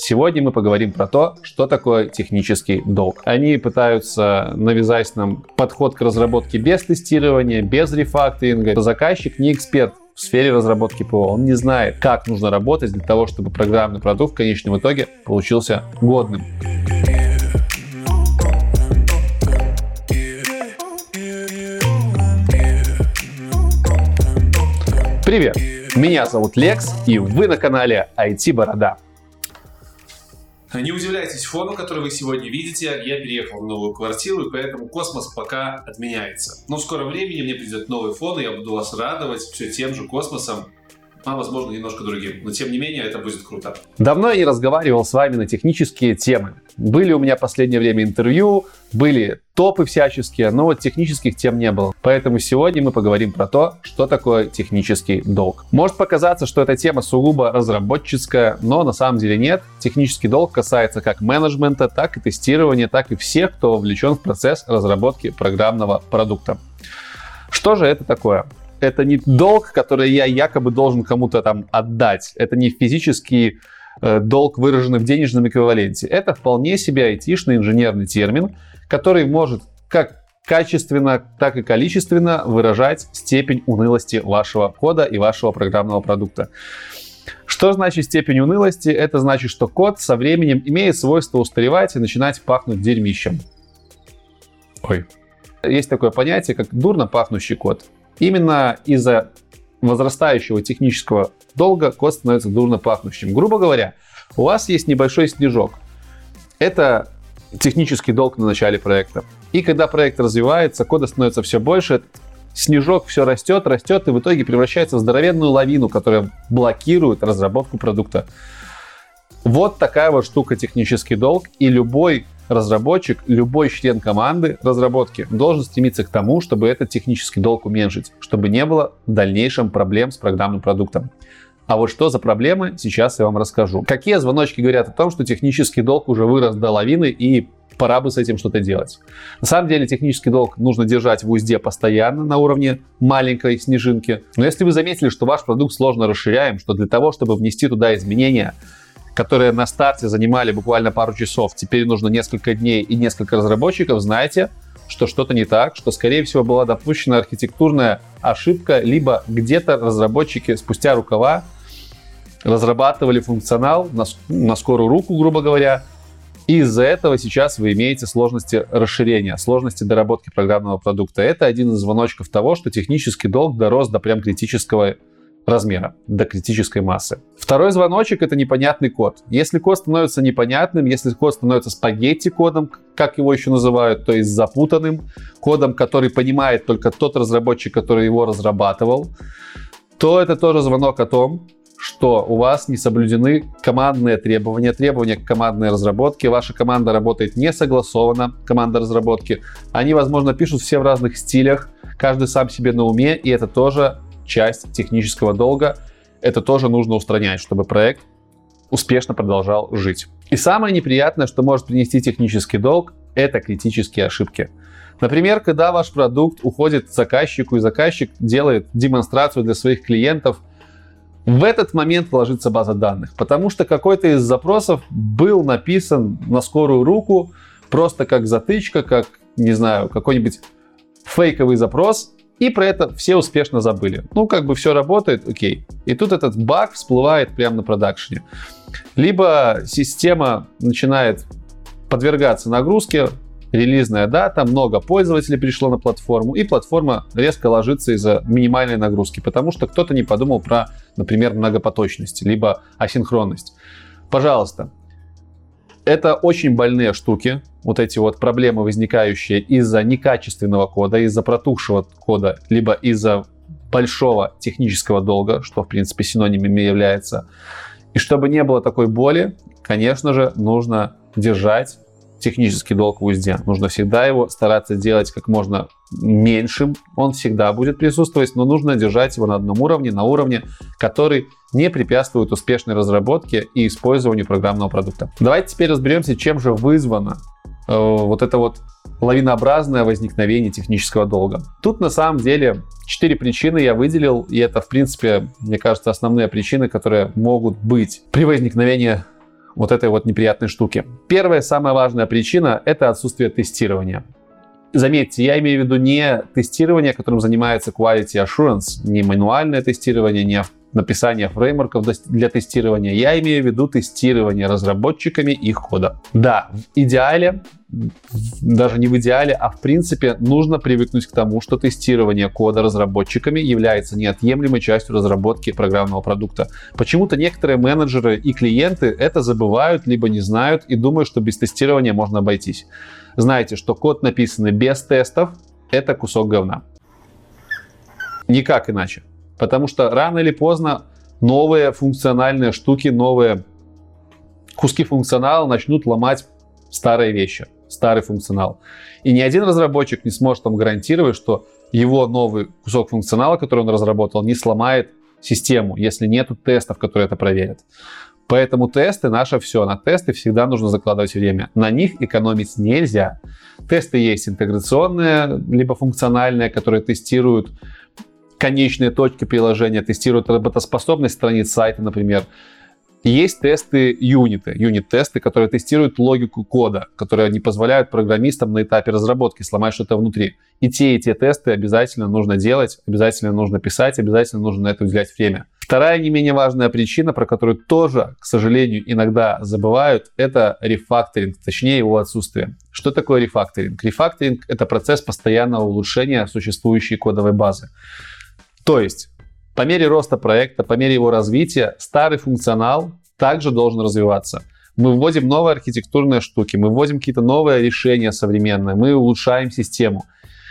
Сегодня мы поговорим про то, что такое технический долг. Они пытаются навязать нам подход к разработке без тестирования, без рефакторинга. Заказчик не эксперт в сфере разработки ПО. Он не знает, как нужно работать для того, чтобы программный продукт в конечном итоге получился годным. Привет! Меня зовут Лекс, и вы на канале IT-борода. Не удивляйтесь фону, который вы сегодня видите. Я переехал в новую квартиру, и поэтому космос пока отменяется. Но в скором времени мне придет новый фон, и я буду вас радовать все тем же космосом, а возможно немножко другим. Но тем не менее это будет круто. Давно я не разговаривал с вами на технические темы. Были у меня в последнее время интервью, были топы всяческие, но вот технических тем не было. Поэтому сегодня мы поговорим про то, что такое технический долг. Может показаться, что эта тема сугубо разработческая, но на самом деле нет. Технический долг касается как менеджмента, так и тестирования, так и всех, кто вовлечен в процесс разработки программного продукта. Что же это такое? Это не долг, который я якобы должен кому-то там отдать. Это не физический долг, выраженный в денежном эквиваленте. Это вполне себе айтишный инженерный термин, который может как качественно, так и количественно выражать степень унылости вашего кода и вашего программного продукта. Что значит степень унылости? Это значит, что код со временем имеет свойство устаревать и начинать пахнуть дерьмищем. Есть такое понятие, как дурно пахнущий код. Именно из-за возрастающего технического долга код становится дурно пахнущим. Грубо говоря, у вас есть небольшой снежок. Это технический долг на начале проекта. И когда проект развивается, кода становится все больше, этот снежок все растет, и в итоге превращается в здоровенную лавину, которая блокирует разработку продукта. Вот такая вот штука технический долг. И любой разработчик, любой член команды разработки должен стремиться к тому, чтобы этот технический долг уменьшить, чтобы не было в дальнейшем проблем с программным продуктом. А вот что за проблемы, сейчас я вам расскажу. Какие звоночки говорят о том, что технический долг уже вырос до лавины и пора бы с этим что-то делать. На самом деле технический долг нужно держать в узде постоянно на уровне маленькой снежинки. Но если вы заметили, что ваш продукт сложно расширяем, что для того, чтобы внести туда изменения, которые на старте занимали буквально пару часов, теперь нужно несколько дней и несколько разработчиков, знаете, что что-то не так, что, скорее всего, была допущена архитектурная ошибка, либо где-то разработчики спустя рукава разрабатывали функционал на скорую руку, грубо говоря, и из-за этого сейчас вы имеете сложности расширения, сложности доработки программного продукта. Это один из звоночков того, что технический долг дорос до прям критического размера, до критической массы. Второй звоночек — это непонятный код. Если код становится непонятным, если код становится спагетти-кодом, как его еще называют, то есть запутанным кодом, который понимает только тот разработчик, который его разрабатывал, то это тоже звонок о том, что у вас не соблюдены командные требования к командной разработке. Ваша команда работает не согласованно, команда разработки. Они, возможно, пишут все в разных стилях, каждый сам себе на уме, и это тоже часть технического долга. Это тоже нужно устранять, чтобы проект успешно продолжал жить. И самое неприятное, что может принести технический долг, это критические ошибки. Например, когда ваш продукт уходит к заказчику, и заказчик делает демонстрацию для своих клиентов, в этот момент ложится база данных, потому что какой-то из запросов был написан на скорую руку, просто как затычка, как, не знаю, какой-нибудь фейковый запрос, и про это все успешно забыли. Все работает, окей. И тут этот баг всплывает прямо на продакшене. Либо система начинает подвергаться нагрузке, релизная дата, много пользователей пришло на платформу, и платформа резко ложится из-за минимальной нагрузки, потому что кто-то не подумал про, например, многопоточность, либо асинхронность. Пожалуйста, это очень больные штуки, вот эти вот проблемы, возникающие из-за некачественного кода, из-за протухшего кода, либо из-за большого технического долга, что, в принципе, синонимами является. И чтобы не было такой боли, конечно же, нужно держать технический долг в узде. Нужно всегда его стараться делать как можно меньшим. Он всегда будет присутствовать, но нужно держать его на одном уровне, на уровне, который не препятствует успешной разработке и использованию программного продукта. Давайте теперь разберемся, чем же вызвано вот это вот лавинообразное возникновение технического долга. Тут на самом деле 4 причины я выделил, и это, в принципе, мне кажется, основные причины, которые могут быть при возникновении вот этой вот неприятной штуки. Первая, самая важная причина – это отсутствие тестирования. Заметьте, я имею в виду не тестирование, которым занимается Quality Assurance, не мануальное тестирование, не написание фреймворков для тестирования. Я имею в виду тестирование разработчиками их кода. Да, в идеале, даже не в идеале, а в принципе нужно привыкнуть к тому, что тестирование кода разработчиками является неотъемлемой частью разработки программного продукта. Почему-то некоторые менеджеры и клиенты это забывают, либо не знают и думают, что без тестирования можно обойтись. Знаете, что код, написанный без тестов, это кусок говна. Никак иначе. Потому что рано или поздно новые функциональные штуки, новые куски функционала начнут ломать старые вещи, старый функционал. И ни один разработчик не сможет вам гарантировать, что его новый кусок функционала, который он разработал, не сломает систему, если нету тестов, которые это проверят. Поэтому тесты наше все. На тесты всегда нужно закладывать время. На них экономить нельзя. Тесты есть интеграционные, либо функциональные, которые тестируют конечные точки приложения, тестируют работоспособность страниц сайта, например. Есть тесты юнит-тесты, которые тестируют логику кода, которые не позволяют программистам на этапе разработки сломать что-то внутри. И те тесты обязательно нужно делать, обязательно нужно писать, обязательно нужно на это уделять время. Вторая не менее важная причина, про которую тоже, к сожалению, иногда забывают, это рефакторинг, точнее его отсутствие. Что такое рефакторинг? Рефакторинг – это процесс постоянного улучшения существующей кодовой базы. То есть, по мере роста проекта, по мере его развития, старый функционал также должен развиваться. Мы вводим новые архитектурные штуки, мы вводим какие-то новые решения современные, мы улучшаем систему.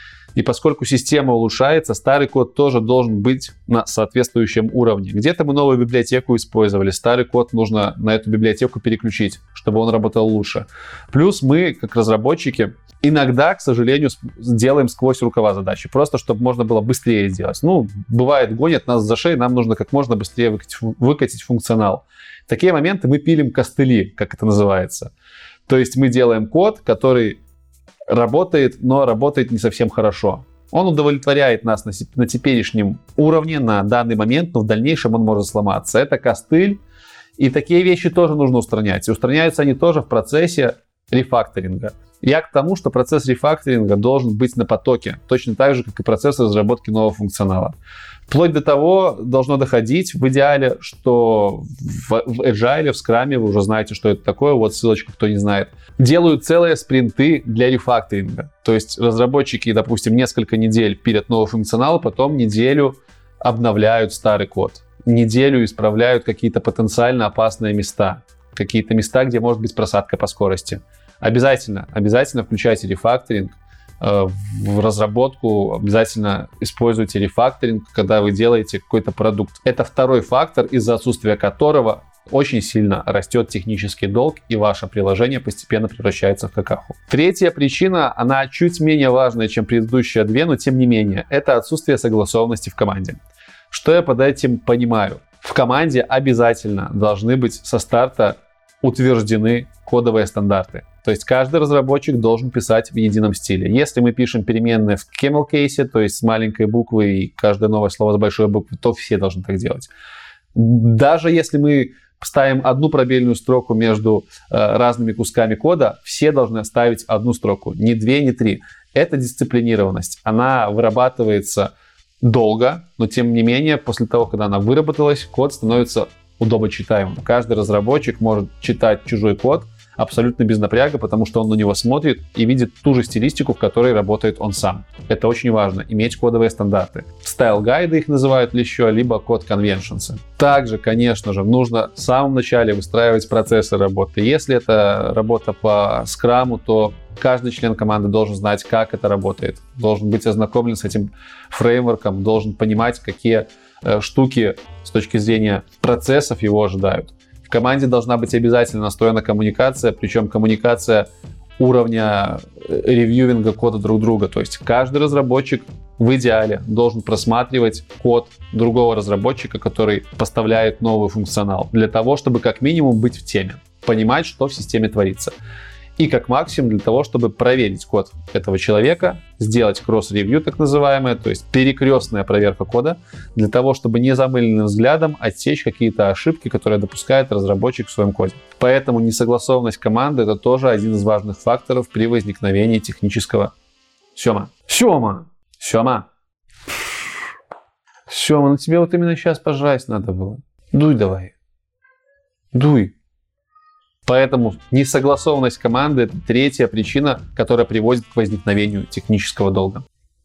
И поскольку система улучшается, старый код тоже должен быть на соответствующем уровне. Где-то мы новую библиотеку использовали, старый код нужно на эту библиотеку переключить, чтобы он работал лучше. Плюс мы, как разработчики, иногда, к сожалению, делаем сквозь рукава задачи, просто чтобы можно было быстрее сделать. Ну, бывает, гонят нас за шею, нам нужно как можно быстрее выкатить функционал. В такие моменты мы пилим костыли, как это называется. То есть мы делаем код, который работает, но работает не совсем хорошо. Он удовлетворяет нас на теперешнем уровне, на данный момент, но в дальнейшем он может сломаться. Это костыль, и такие вещи тоже нужно устранять. И устраняются они тоже в процессе рефакторинга. Я к тому, что процесс рефакторинга должен быть на потоке, точно так же, как и процесс разработки нового функционала. Вплоть до того должно доходить в идеале, что в Agile, в Scrum, вы уже знаете, что это такое, вот ссылочка, кто не знает, делают целые спринты для рефакторинга. То есть разработчики, допустим, несколько недель пилят новый функционал, потом неделю обновляют старый код, неделю исправляют какие-то потенциально опасные места, какие-то места, где может быть просадка по скорости. Обязательно включайте рефакторинг в разработку, обязательно используйте рефакторинг, когда вы делаете какой-то продукт. Это второй фактор, из-за отсутствия которого очень сильно растет технический долг, и ваше приложение постепенно превращается в какаху. Третья причина, она чуть менее важная, чем предыдущие две, но тем не менее, это отсутствие согласованности в команде. Что я под этим понимаю? В команде обязательно должны быть со старта утверждены кодовые стандарты. То есть каждый разработчик должен писать в едином стиле. Если мы пишем переменные в camel case, то есть с маленькой буквы и каждое новое слово с большой буквы, то все должны так делать. Даже если мы ставим одну пробельную строку между разными кусками кода, все должны ставить одну строку, не две, не три. Это дисциплинированность. Она вырабатывается долго, но тем не менее, после того, когда она выработалась, код становится удобочитаемым. Каждый разработчик может читать чужой код абсолютно без напряга, потому что он на него смотрит и видит ту же стилистику, в которой работает он сам. Это очень важно, иметь кодовые стандарты. Стайл-гайды их называют еще, либо код конвеншнсы. Также, конечно же, нужно в самом начале выстраивать процессы работы. Если это работа по скраму, то каждый член команды должен знать, как это работает, должен быть ознакомлен с этим фреймворком, должен понимать, какие штуки с точки зрения процессов его ожидают. В команде должна быть обязательно настроена коммуникация, причем коммуникация уровня ревьюинга кода друг друга. То есть каждый разработчик в идеале должен просматривать код другого разработчика, который поставляет новый функционал, для того, чтобы как минимум быть в теме, понимать, что в системе творится. И как максимум для того, чтобы проверить код этого человека, сделать кросс-ревью так называемое, то есть перекрестная проверка кода, для того, чтобы незамыленным взглядом отсечь какие-то ошибки, которые допускает разработчик в своем коде. Поэтому несогласованность команды — это тоже один из важных факторов при возникновении технического... Сёма, ну тебе вот именно сейчас пожрать надо было. Дуй давай. Дуй. Поэтому несогласованность команды — это третья причина, которая приводит к возникновению технического долга.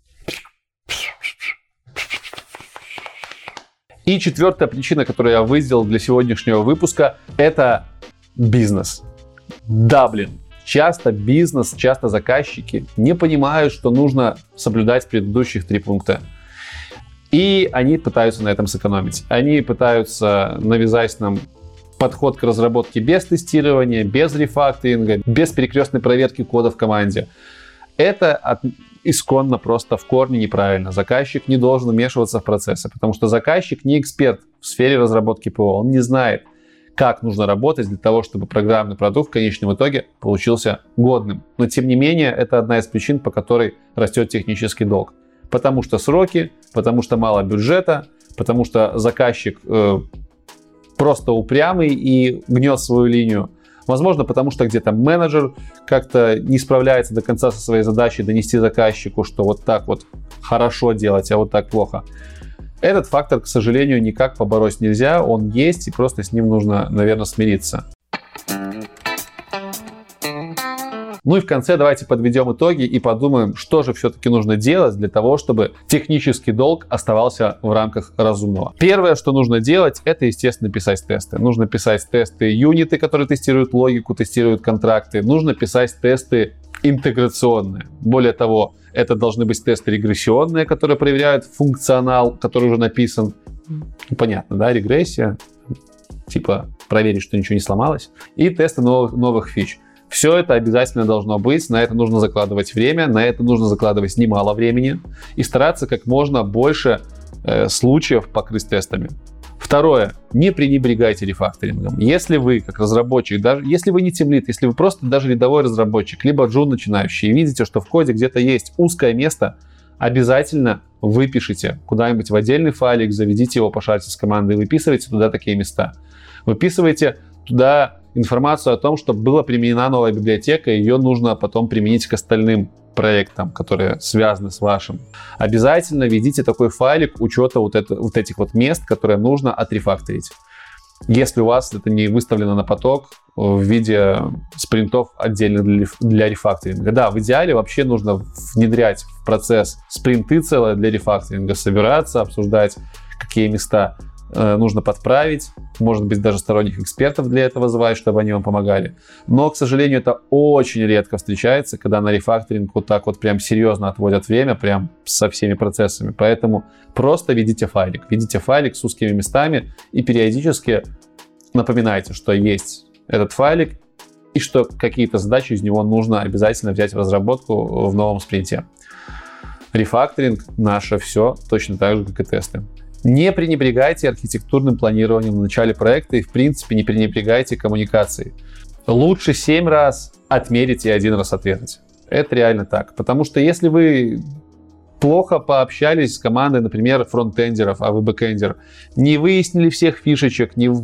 И четвертая причина, которую я выделил для сегодняшнего выпуска, это бизнес. Да, часто бизнес, часто заказчики не понимают, что нужно соблюдать предыдущих 3 пункта. И они пытаются на этом сэкономить. Они пытаются навязать нам подход к разработке без тестирования, без рефакторинга, без перекрестной проверки кода в команде. Это исконно просто в корне неправильно. Заказчик не должен вмешиваться в процессы, потому что заказчик не эксперт в сфере разработки ПО. Он не знает, как нужно работать для того, чтобы программный продукт в конечном итоге получился годным. Но тем не менее, это одна из причин, по которой растет технический долг. Потому что сроки, потому что мало бюджета, потому что заказчик просто упрямый и гнет свою линию. Возможно, потому что где-то менеджер как-то не справляется до конца со своей задачей донести заказчику, что вот так вот хорошо делать, а вот так плохо. Этот фактор, к сожалению, никак побороть нельзя, он есть, и просто с ним нужно, наверное, смириться. Ну и в конце давайте подведем итоги и подумаем, что же все-таки нужно делать для того, чтобы технический долг оставался в рамках разумного. Первое, что нужно делать, это, естественно, писать тесты. Нужно писать тесты юниты, которые тестируют логику, тестируют контракты. Нужно писать тесты интеграционные. Более того, это должны быть тесты регрессионные, которые проверяют функционал, который уже написан. Понятно, да, регрессия. Типа проверить, что ничего не сломалось. И тесты новых фич. Все это обязательно должно быть, на это нужно закладывать время, на это нужно закладывать немало времени и стараться как можно больше случаев покрыть тестами. Второе. Не пренебрегайте рефакторингом. Если вы, как разработчик, даже если вы не тимлид, если вы просто даже рядовой разработчик, либо джун начинающий, и видите, что в коде где-то есть узкое место, обязательно выпишите куда-нибудь в отдельный файлик, заведите его, пошарьте с командой и выписывайте туда такие места. Выписывайте туда информацию о том, что была применена новая библиотека, и ее нужно потом применить к остальным проектам, которые связаны с вашим. Обязательно ведите такой файлик учета вот этих вот мест, которые нужно отрефакторить. Если у вас это не выставлено на поток в виде спринтов отдельно для рефакторинга. Да, в идеале вообще нужно внедрять в процесс спринты целые для рефакторинга, собираться, обсуждать, какие места нужно подправить, может быть, даже сторонних экспертов для этого звать, чтобы они вам помогали. Но, к сожалению, это очень редко встречается, когда на рефакторинг вот так вот прям серьезно отводят время, прям со всеми процессами. Поэтому просто ведите файлик с узкими местами и периодически напоминайте, что есть этот файлик и что какие-то задачи из него нужно обязательно взять в разработку в новом спринте. Рефакторинг — наше все, точно так же, как и тесты. Не пренебрегайте архитектурным планированием в начале проекта и, в принципе, не пренебрегайте коммуникацией. Лучше 7 раз отмерить и 1 раз ответить. Это реально так. Потому что если вы плохо пообщались с командой, например, фронтендеров, а вы бэкендер, не выяснили всех фишечек, не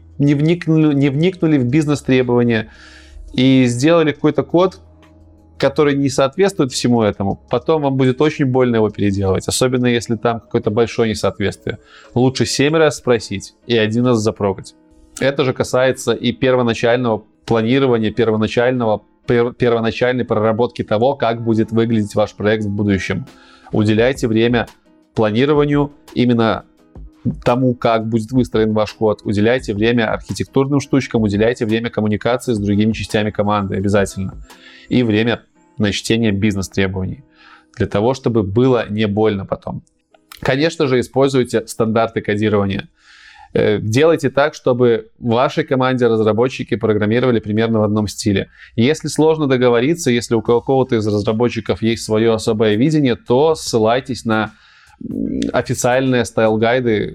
вникнули в бизнес-требования и сделали какой-то код, который не соответствует всему этому, потом вам будет очень больно его переделывать, особенно если там какое-то большое несоответствие. Лучше 7 раз спросить и 1 раз запрогать. Это же касается и первоначального планирования, первоначальной проработки того, как будет выглядеть ваш проект в будущем. Уделяйте время планированию, именно тому, как будет выстроен ваш код. Уделяйте время архитектурным штучкам, уделяйте время коммуникации с другими частями команды обязательно. И время на чтение бизнес-требований, для того, чтобы было не больно потом. Конечно же, используйте стандарты кодирования. Делайте так, чтобы в вашей команде разработчики программировали примерно в одном стиле. Если сложно договориться, если у кого-то из разработчиков есть свое особое видение, то ссылайтесь на официальные стайл-гайды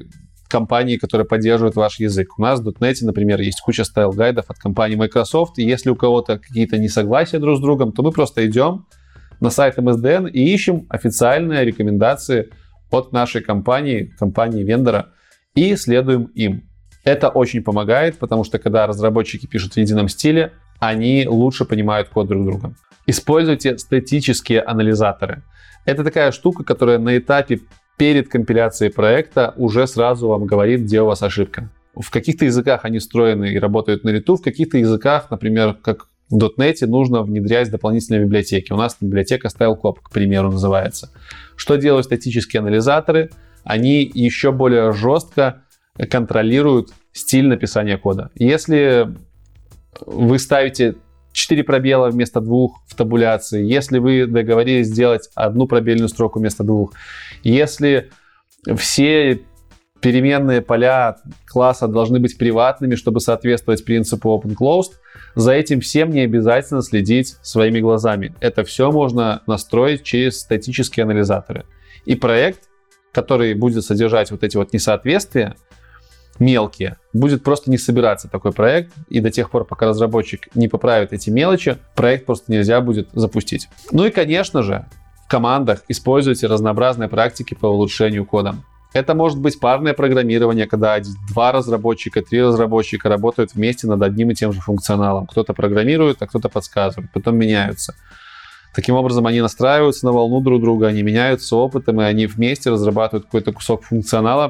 компании, которые поддерживают ваш язык. У нас в .NET, например, есть куча стайл-гайдов от компании Microsoft, и если у кого-то какие-то несогласия друг с другом, то мы просто идем на сайт MSDN и ищем официальные рекомендации от нашей компании-вендора, и следуем им. Это очень помогает, потому что когда разработчики пишут в едином стиле, они лучше понимают код друг друга. Используйте статические анализаторы. Это такая штука, которая на этапе перед компиляцией проекта уже сразу вам говорит, где у вас ошибка. В каких-то языках они встроены и работают на лету, в каких-то языках, например, как в .NET, нужно внедрять дополнительные библиотеки. У нас библиотека StyleCop, к примеру, называется. Что делают статические анализаторы? Они еще более жестко контролируют стиль написания кода. Если вы ставите 4 пробела вместо 2 в табуляции, если вы договорились сделать 1 пробельную строку вместо 2, если все переменные поля класса должны быть приватными, чтобы соответствовать принципу open-closed, за этим всем не обязательно следить своими глазами. Это все можно настроить через статические анализаторы. И проект, который будет содержать вот эти вот несоответствия, мелкие, будет просто не собираться такой проект, и до тех пор, пока разработчик не поправит эти мелочи, проект просто нельзя будет запустить. Ну и, конечно же, в командах используйте разнообразные практики по улучшению кода. Это может быть парное программирование, когда 2 разработчика, 3 разработчика работают вместе над одним и тем же функционалом. Кто-то программирует, а кто-то подсказывает, потом меняются. Таким образом, они настраиваются на волну друг друга, они меняются опытом, и они вместе разрабатывают какой-то кусок функционала,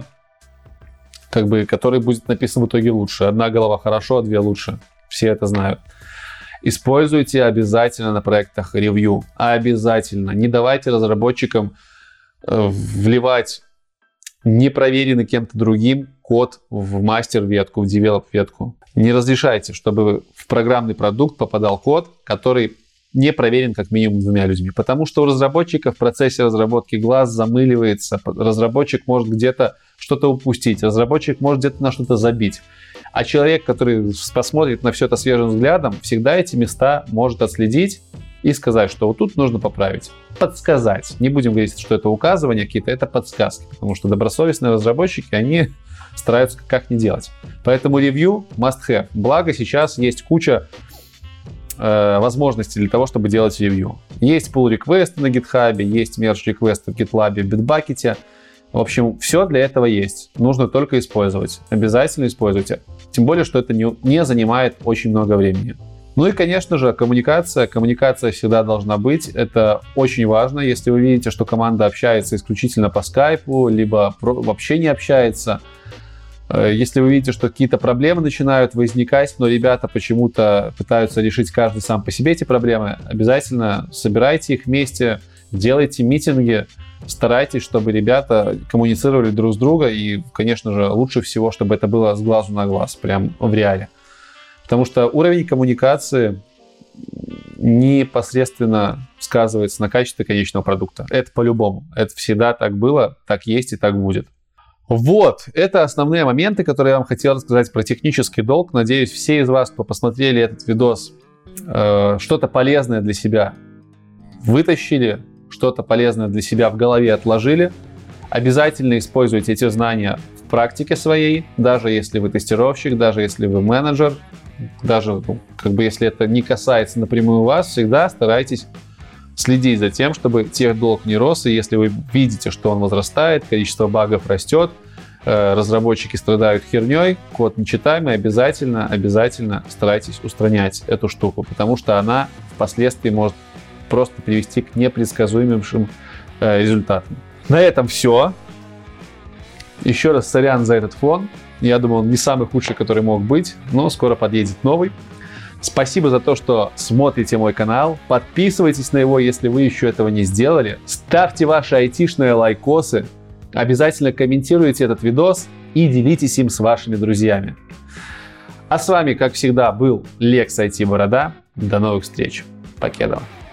который будет написан в итоге лучше. 1 голова хорошо, а 2 лучше. Все это знают. Используйте обязательно на проектах ревью. Обязательно. Не давайте разработчикам вливать непроверенный кем-то другим код в мастер-ветку, в девелоп-ветку. Не разрешайте, чтобы в программный продукт попадал код, который не проверен как минимум 2 людьми. Потому что у разработчика в процессе разработки глаз замыливается. Разработчик может где-то что-то упустить. Разработчик может где-то на что-то забить. А человек, который посмотрит на все это свежим взглядом, всегда эти места может отследить и сказать, что вот тут нужно поправить. Подсказать. Не будем говорить, что это указывания какие-то, это подсказки. Потому что добросовестные разработчики, они стараются как не делать. Поэтому ревью must have. Благо сейчас есть куча возможностей для того, чтобы делать ревью. Есть pull реквесты на GitHub, есть merge реквесты в GitLab, в Bitbucket. В общем, все для этого есть. Нужно только использовать. Обязательно используйте. Тем более, что это не занимает очень много времени. Ну и, конечно же, коммуникация. Коммуникация всегда должна быть. Это очень важно. Если вы видите, что команда общается исключительно по скайпу, либо вообще не общается, если вы видите, что какие-то проблемы начинают возникать, но ребята почему-то пытаются решить каждый сам по себе эти проблемы, обязательно собирайте их вместе, делайте митинги, старайтесь, чтобы ребята коммуницировали друг с другом, и, конечно же, лучше всего, чтобы это было с глазу на глаз, прям в реале. Потому что уровень коммуникации непосредственно сказывается на качестве конечного продукта. Это по-любому. Это всегда так было, так есть и так будет. Вот, это основные моменты, которые я вам хотел рассказать про технический долг. Надеюсь, все из вас, кто посмотрели этот видос, что-то полезное для себя вытащили, что-то полезное для себя в голове отложили. Обязательно используйте эти знания в практике своей, даже если вы тестировщик, даже если вы менеджер, даже если это не касается напрямую вас, всегда старайтесь следить за тем, чтобы техдолг не рос, и если вы видите, что он возрастает, количество багов растет, разработчики страдают херней, код нечитаемый, обязательно старайтесь устранять эту штуку, потому что она впоследствии может просто привести к непредсказуемым результатам. На этом все. Еще раз сорян за этот фон. Я думаю, он не самый худший, который мог быть, но скоро подъедет новый. Спасибо за то, что смотрите мой канал. Подписывайтесь на него, если вы еще этого не сделали. Ставьте ваши айтишные лайкосы. Обязательно комментируйте этот видос и делитесь им с вашими друзьями. А с вами, как всегда, был Лекс IT Борода. До новых встреч. Покедова.